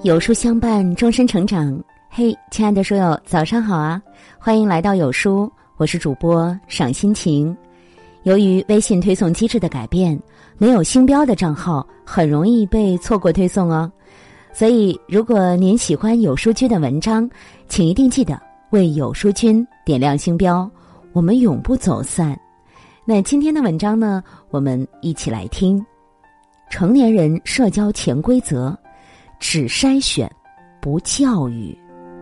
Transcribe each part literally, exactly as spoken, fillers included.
有书相伴，终身成长。嘿，亲爱的书友，早上好啊！欢迎来到有书，我是主播赏心情。由于微信推送机制的改变，没有星标的账号很容易被错过推送哦。所以，如果您喜欢有书君的文章，请一定记得为有书君点亮星标，我们永不走散。那今天的文章呢，我们一起来听。成年人社交潜规则，只筛选不教育。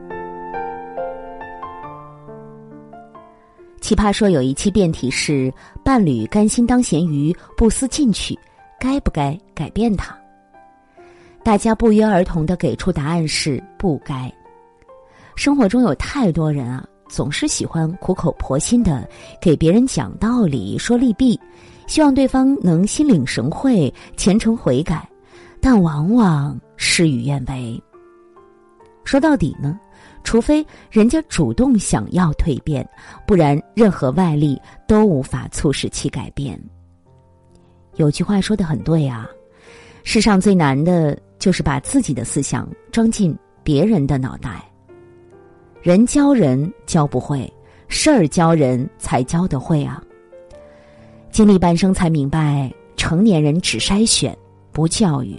奇葩说有一期辩题是伴侣甘心当咸鱼不思进取，该不该改变他？大家不约而同地给出答案是不该。生活中有太多人啊，总是喜欢苦口婆心地给别人讲道理说利弊，希望对方能心领神会虔诚悔改，但往往事与愿违。说到底呢，除非人家主动想要蜕变，不然任何外力都无法促使其改变。有句话说得很对啊，世上最难的就是把自己的思想装进别人的脑袋。人教人教不会，事儿教人才教得会啊。经历半生才明白，成年人只筛选不教育。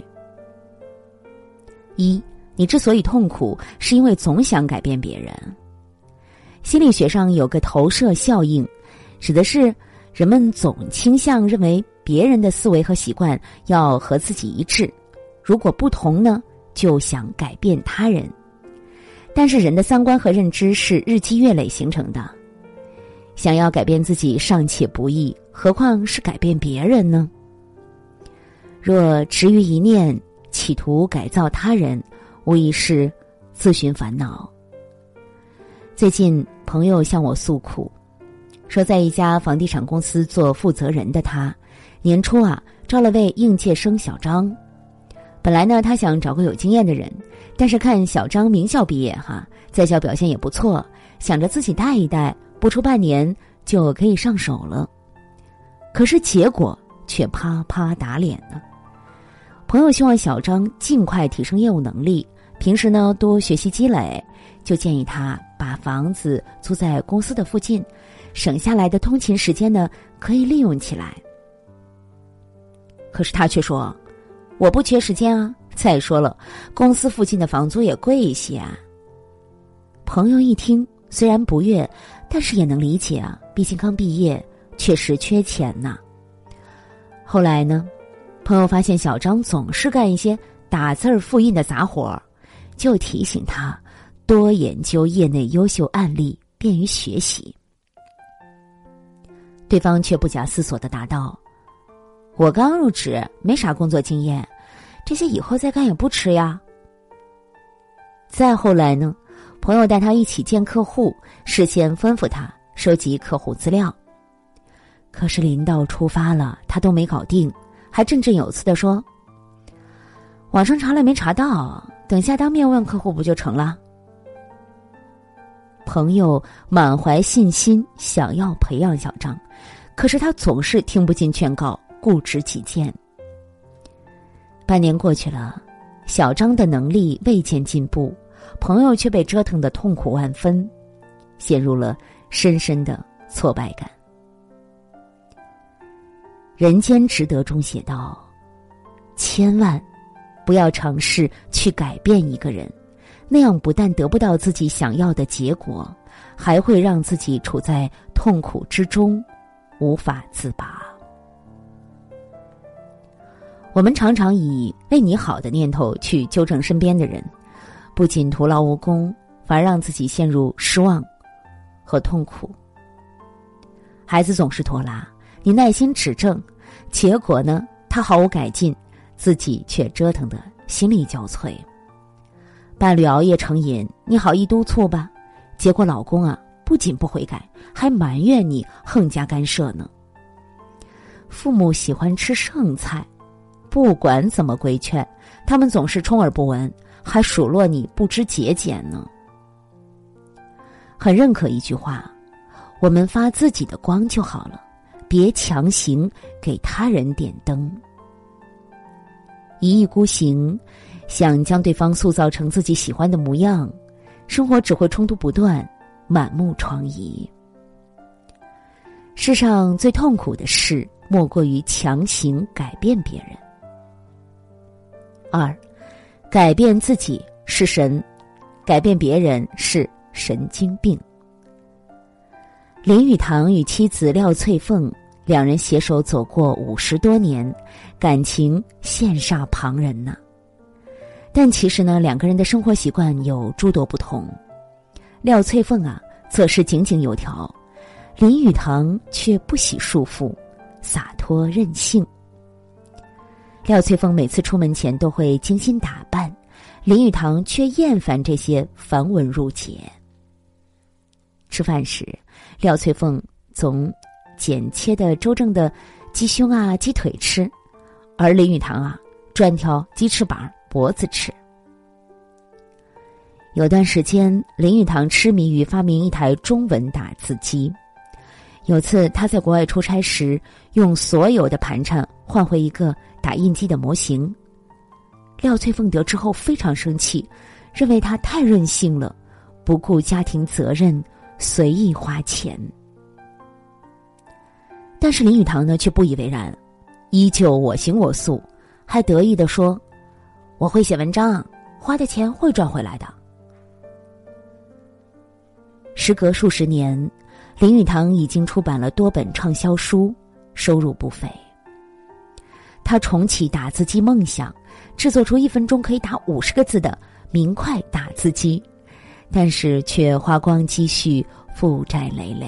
一，你之所以痛苦，是因为总想改变别人。心理学上有个投射效应，指的是人们总倾向认为别人的思维和习惯要和自己一致，如果不同呢，就想改变他人。但是人的三观和认知是日积月累形成的，想要改变自己尚且不易，何况是改变别人呢？若执于一念，企图改造他人，无疑是自寻烦恼。最近朋友向我诉苦，说在一家房地产公司做负责人的他，年初啊招了位应届生小张。本来呢，他想找个有经验的人，但是看小张名校毕业哈，在校表现也不错，想着自己带一带，不出半年就可以上手了。可是结果却啪啪打脸了。朋友希望小张尽快提升业务能力，平时呢多学习积累，就建议他把房子租在公司的附近，省下来的通勤时间呢可以利用起来。可是他却说，我不缺时间啊，再说了，公司附近的房租也贵一些啊。朋友一听，虽然不悦，但是也能理解啊，毕竟刚毕业，确实缺钱呐。后来呢，朋友发现小张总是干一些打字复印的杂活，就提醒他多研究业内优秀案例，便于学习。对方却不假思索地答道，我刚入职，没啥工作经验，这些以后再干也不迟呀。再后来呢，朋友带他一起见客户，事先吩咐他收集客户资料。可是临到出发了，他都没搞定，还振振有词地说，网上查了没查到，等下当面问客户不就成了？朋友满怀信心想要培养小张，可是他总是听不进劝告，固执己见。半年过去了，小张的能力未见进步，朋友却被折腾得痛苦万分，陷入了深深的挫败感。人间值得中写道，千万不要尝试去改变一个人，那样不但得不到自己想要的结果，还会让自己处在痛苦之中，无法自拔。我们常常以为你好的念头去纠正身边的人，不仅徒劳无功，反而让自己陷入失望和痛苦。孩子总是拖拉，你耐心指正，结果呢，他毫无改进，自己却折腾得心力交瘁。伴侣熬夜成瘾，你好意督促吧，结果老公啊不仅不悔改，还埋怨你横加干涉呢。父母喜欢吃剩菜，不管怎么规劝，他们总是充耳不闻，还数落你不知节俭呢。很认可一句话，我们发自己的光就好了，别强行给他人点灯。一意孤行， 想将对方塑造成自己喜欢的模样，生活只会冲突不断，满目疮痍。世上最痛苦的事，莫过于强行改变别人。二，改变自己是神，改变别人是神经病。林语堂与妻子廖翠凤两人携手走过五十多年，感情羡煞旁人呢。但其实呢，两个人的生活习惯有诸多不同。廖翠凤啊，则是井井有条，林语堂却不喜束缚，洒脱任性。廖翠凤每次出门前都会精心打扮，林语堂却厌烦这些繁文缛节。吃饭时，廖翠凤总剪切的周正的鸡胸啊、鸡腿吃，而林语堂啊专挑鸡翅膀、脖子吃。有段时间，林语堂痴迷于发明一台中文打字机。有次他在国外出差时，用所有的盘缠换回一个打印机的模型。廖翠凤得知后非常生气，认为他太任性了，不顾家庭责任，随意花钱。但是林语堂呢却不以为然，依旧我行我素，还得意地说：“我会写文章，花的钱会赚回来的。”时隔数十年，林语堂已经出版了多本畅销书，收入不菲。他重启打字机梦想，制作出一分钟可以打五十个字的明快打字机，但是却花光积蓄，负债累累。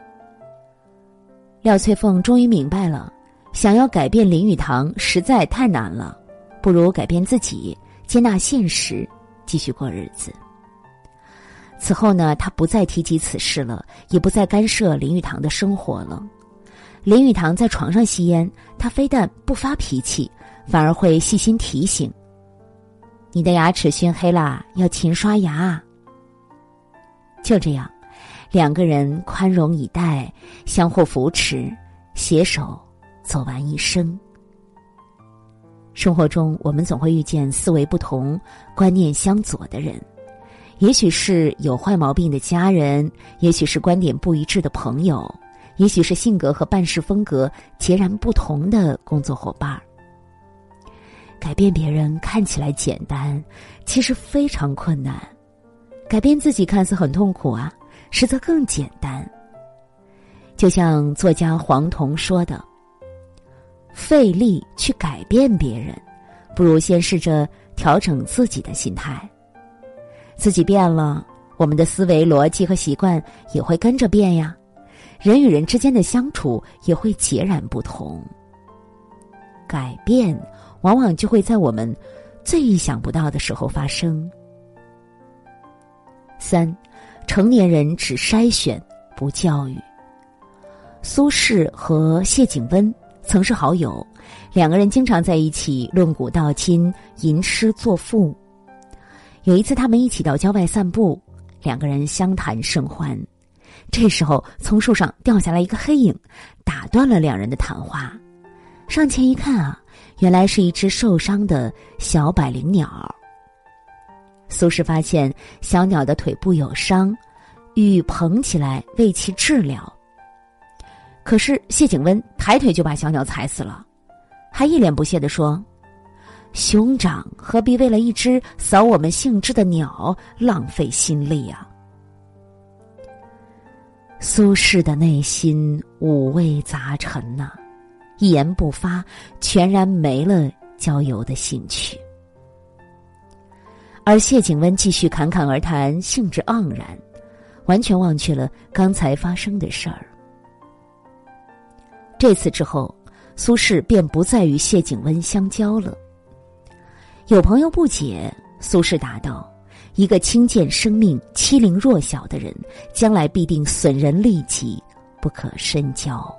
廖翠凤终于明白了，想要改变林语堂实在太难了，不如改变自己，接纳现实，继续过日子。此后呢，他不再提及此事了，也不再干涉林语堂的生活了。林语堂在床上吸烟，他非但不发脾气，反而会细心提醒：“你的牙齿熏黑啦，要勤刷牙。”就这样，两个人宽容以待，相互扶持，携手走完一生。生活中，我们总会遇见思维不同、观念相左的人，也许是有坏毛病的家人，也许是观点不一致的朋友，也许是性格和办事风格截然不同的工作伙伴。改变别人看起来简单，其实非常困难。改变自己看似很痛苦啊，实则更简单。就像作家黄彤说的：“费力去改变别人，不如先试着调整自己的心态。自己变了，我们的思维逻辑和习惯也会跟着变呀，人与人之间的相处也会截然不同。改变往往就会在我们最意想不到的时候发生。”三，成年人只筛选不教育。苏轼和谢景温曾是好友，两个人经常在一起论古道今，吟诗作赋。有一次他们一起到郊外散步，两个人相谈甚欢。这时候从树上掉下来一个黑影，打断了两人的谈话。上前一看啊，原来是一只受伤的小百灵鸟。苏轼发现小鸟的腿部有伤，欲捧起来为其治疗。可是谢景温抬腿就把小鸟踩死了，还一脸不屑地说：“兄长何必为了一只扫我们兴致的鸟浪费心力啊？”苏轼的内心五味杂陈呐、啊，一言不发，全然没了郊游的兴趣。而谢景温继续侃侃而谈，兴致盎然，完全忘却了刚才发生的事儿。这次之后，苏轼便不再与谢景温相交了。有朋友不解，苏轼答道：“一个轻贱生命、欺凌弱小的人，将来必定损人利己，不可深交。”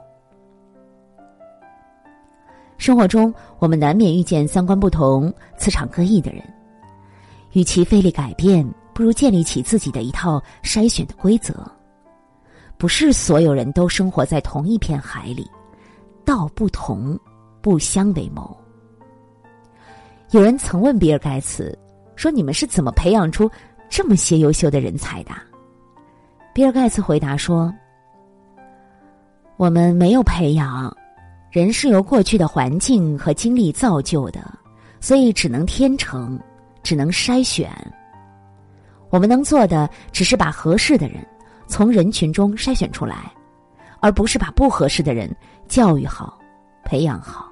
生活中，我们难免遇见三观不同、磁场各异的人，与其费力改变，不如建立起自己的一套筛选的规则。不是所有人都生活在同一片海里，道不同，不相为谋。 有人曾问比尔盖茨说，你们是怎么培养出这么些优秀的人才的？比尔盖茨回答说，我们没有培养，人是由过去的环境和经历造就的，所以只能天成，只能筛选。我们能做的只是把合适的人从人群中筛选出来，而不是把不合适的人教育好、培养好。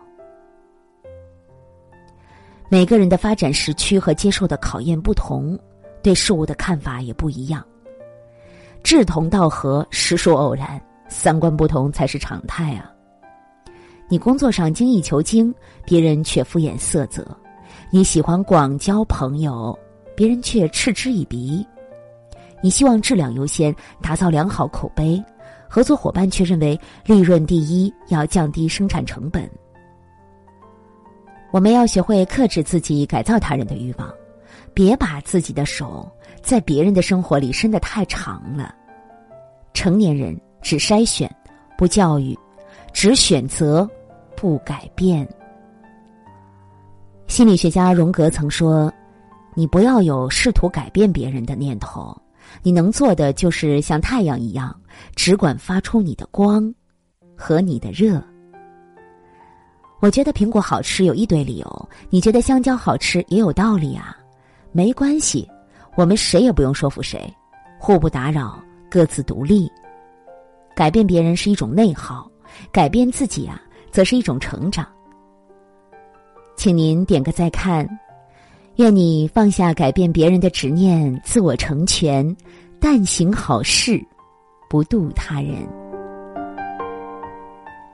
每个人的发展时区和接受的考验不同，对事物的看法也不一样。志同道合实属偶然，三观不同才是常态啊。你工作上精益求精，别人却敷衍塞责；你喜欢广交朋友，别人却嗤之以鼻；你希望质量优先，打造良好口碑，合作伙伴却认为利润第一，要降低生产成本。我们要学会克制自己改造他人的欲望，别把自己的手在别人的生活里伸得太长了。成年人只筛选不教育，只选择不改变。心理学家荣格曾说，你不要有试图改变别人的念头，你能做的就是像太阳一样，只管发出你的光和你的热。我觉得苹果好吃有一堆理由，你觉得香蕉好吃也有道理啊。没关系，我们谁也不用说服谁，互不打扰，各自独立。改变别人是一种内耗，改变自己啊，则是一种成长。请您点个再看，愿你放下改变别人的执念，自我成全，但行好事，不渡他人。